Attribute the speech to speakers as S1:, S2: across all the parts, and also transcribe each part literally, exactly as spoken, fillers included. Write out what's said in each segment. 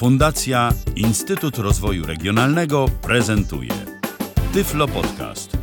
S1: Fundacja Instytut Rozwoju Regionalnego prezentuje Tyflo Podcast.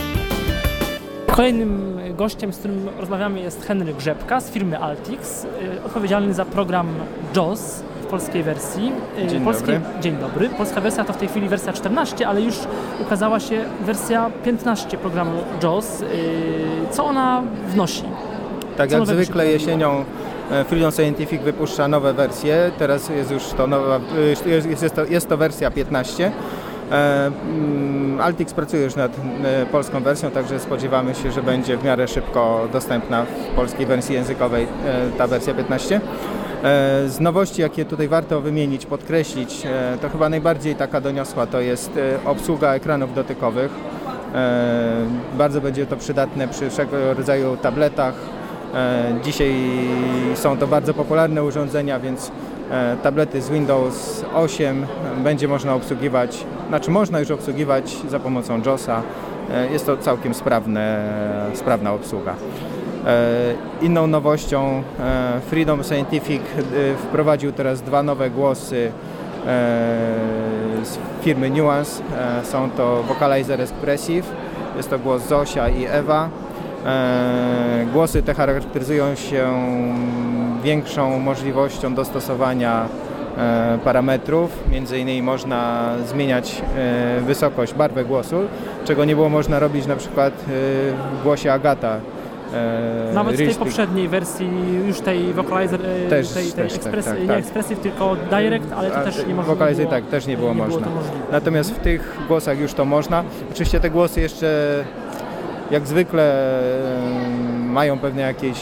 S2: Kolejnym gościem, z którym rozmawiamy, jest Henryk Rzepka z firmy Altix, odpowiedzialny za program JAWS w polskiej wersji.
S3: Dzień
S2: Polskiej...
S3: dobry.
S2: Dzień dobry. Polska wersja to w tej chwili wersja czternaście, ale już ukazała się wersja piętnaście programu JAWS. Co ona wnosi?
S3: Tak
S2: Co
S3: jak zwykle
S2: się
S3: jesienią Freedom Scientific wypuszcza nowe wersje. Teraz jest już to nowa, jest, jest, to, jest to wersja piętnaście. Altix pracuje już nad polską wersją, także spodziewamy się, że będzie w miarę szybko dostępna w polskiej wersji językowej ta wersja piętnaście. Z nowości, jakie tutaj warto wymienić, podkreślić, to chyba najbardziej taka doniosła, to jest obsługa ekranów dotykowych. Bardzo będzie to przydatne przy wszelkiego rodzaju tabletach. Dzisiaj są to bardzo popularne urządzenia, więc tablety z Windows osiem będzie można obsługiwać, znaczy można już obsługiwać za pomocą JAWSa. Jest to całkiem sprawne, sprawna obsługa. Inną nowością Freedom Scientific wprowadził teraz dwa nowe głosy z firmy Nuance. Są to Vocalizer Expressive, jest to głos Zosia i Ewa. Głosy te charakteryzują się większą możliwością dostosowania parametrów. Między innymi można zmieniać wysokość, barwę głosu, czego nie było można robić na przykład w głosie Agata.
S2: Nawet w tej poprzedniej wersji, już tej Vocalizer,
S3: też,
S2: tej, tej
S3: też,
S2: Express,
S3: tak, tak,
S2: nie
S3: tak.
S2: Expressive, tylko Direct, ale to
S3: A,
S2: też nie można
S3: Vocalizer
S2: było,
S3: tak, też nie było
S2: nie
S3: można.
S2: Było to możliwe.
S3: Natomiast w tych głosach już to można. Oczywiście te głosy jeszcze jak zwykle mają pewne jakieś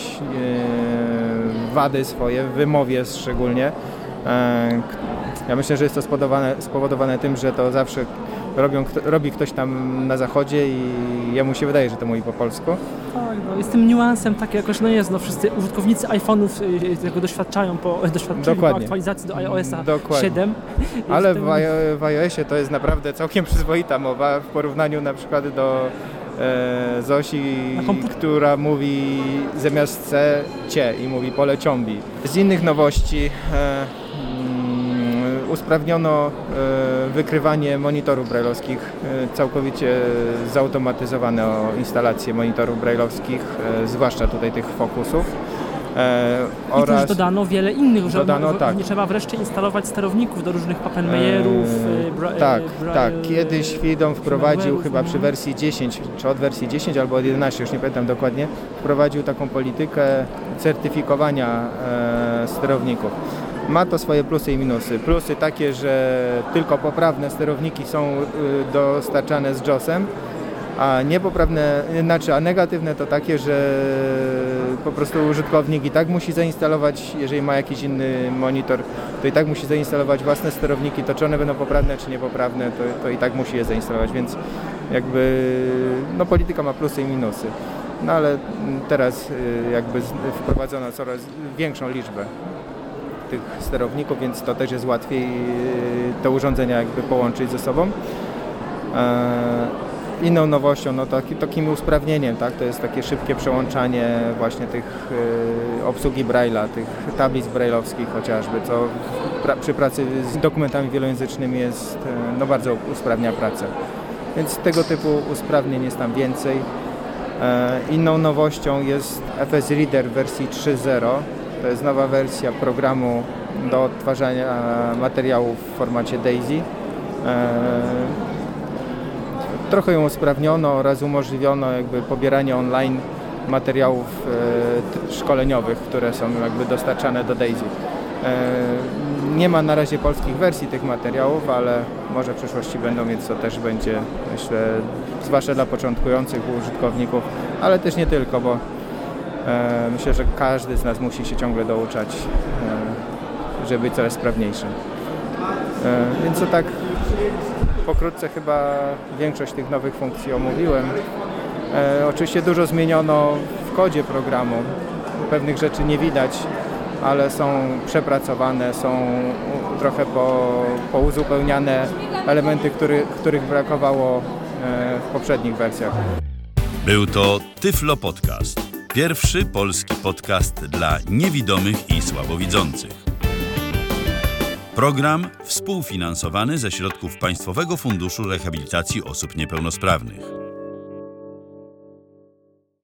S3: wady swoje, w wymowie szczególnie. Ja myślę, że jest to spowodowane, spowodowane tym, że to zawsze robią, robi ktoś tam na zachodzie i jemu się wydaje, że to mówi po polsku.
S2: Tak, no, jest tym niuansem tak jakoś, no jest, no wszyscy użytkownicy iPhone'ów y, tego doświadczają po, doświadczyli po aktualizacji do iOS-a
S3: Dokładnie.
S2: siedem.
S3: Ale
S2: tym...
S3: w, w iOSie to jest naprawdę całkiem przyzwoita mowa w porównaniu na przykład do e, Zosi, która mówi zamiast C, cie i mówi poleciąbi. Z innych nowości e, usprawniono e, wykrywanie monitorów brajlowskich, e, całkowicie zautomatyzowane instalacje monitorów brajlowskich, e, zwłaszcza tutaj tych fokusów. E,
S2: I
S3: oraz
S2: też dodano wiele innych, że
S3: dodano,
S2: w,
S3: tak.
S2: nie trzeba wreszcie instalować sterowników do różnych Pappenmeierów.
S3: Eee,
S2: bra,
S3: tak,
S2: bra,
S3: tak. Kiedyś Freedom wprowadził chyba
S2: no.
S3: przy wersji dziesięć, czy od wersji dziesięć albo od jedenaście, już nie pamiętam dokładnie, wprowadził taką politykę certyfikowania e, sterowników. Ma to swoje plusy i minusy. Plusy takie, że tylko poprawne sterowniki są y, dostarczane z JAWSem, a niepoprawne, znaczy, a negatywne to takie, że po prostu użytkownik i tak musi zainstalować, jeżeli ma jakiś inny monitor, to i tak musi zainstalować własne sterowniki, to czy one będą poprawne, czy niepoprawne, to, to i tak musi je zainstalować, więc jakby no polityka ma plusy i minusy. No ale teraz jakby wprowadzono coraz większą liczbę tych sterowników, więc to też jest łatwiej te urządzenia jakby połączyć ze sobą. Inną nowością, no taki, takim usprawnieniem, tak, to jest takie szybkie przełączanie właśnie tych y, obsługi Braille'a, tych tablic brajlowskich chociażby, co pra, przy pracy z dokumentami wielojęzycznymi jest, y, no bardzo usprawnia pracę. Więc tego typu usprawnień jest tam więcej. E, inną nowością jest F S Reader w wersji trzy zero. To jest nowa wersja programu do odtwarzania materiałów w formacie DAISY. E, Trochę ją usprawniono oraz umożliwiono jakby pobieranie online materiałów e, szkoleniowych, które są jakby dostarczane do DAISY. E, nie ma na razie polskich wersji tych materiałów, ale może w przyszłości będą, więc to też będzie, myślę, zwłaszcza dla początkujących użytkowników, ale też nie tylko, bo e, myślę, że każdy z nas musi się ciągle douczać, e, żeby być coraz sprawniejszym. E, więc to tak pokrótce chyba większość tych nowych funkcji omówiłem. E, oczywiście dużo zmieniono w kodzie programu. Pewnych rzeczy nie widać, ale są przepracowane, są trochę po, pouzupełniane elementy, który, których brakowało e, w poprzednich wersjach.
S1: Był to Tyflo Podcast. Pierwszy polski podcast dla niewidomych i słabowidzących. Program współfinansowany ze środków Państwowego Funduszu Rehabilitacji Osób Niepełnosprawnych.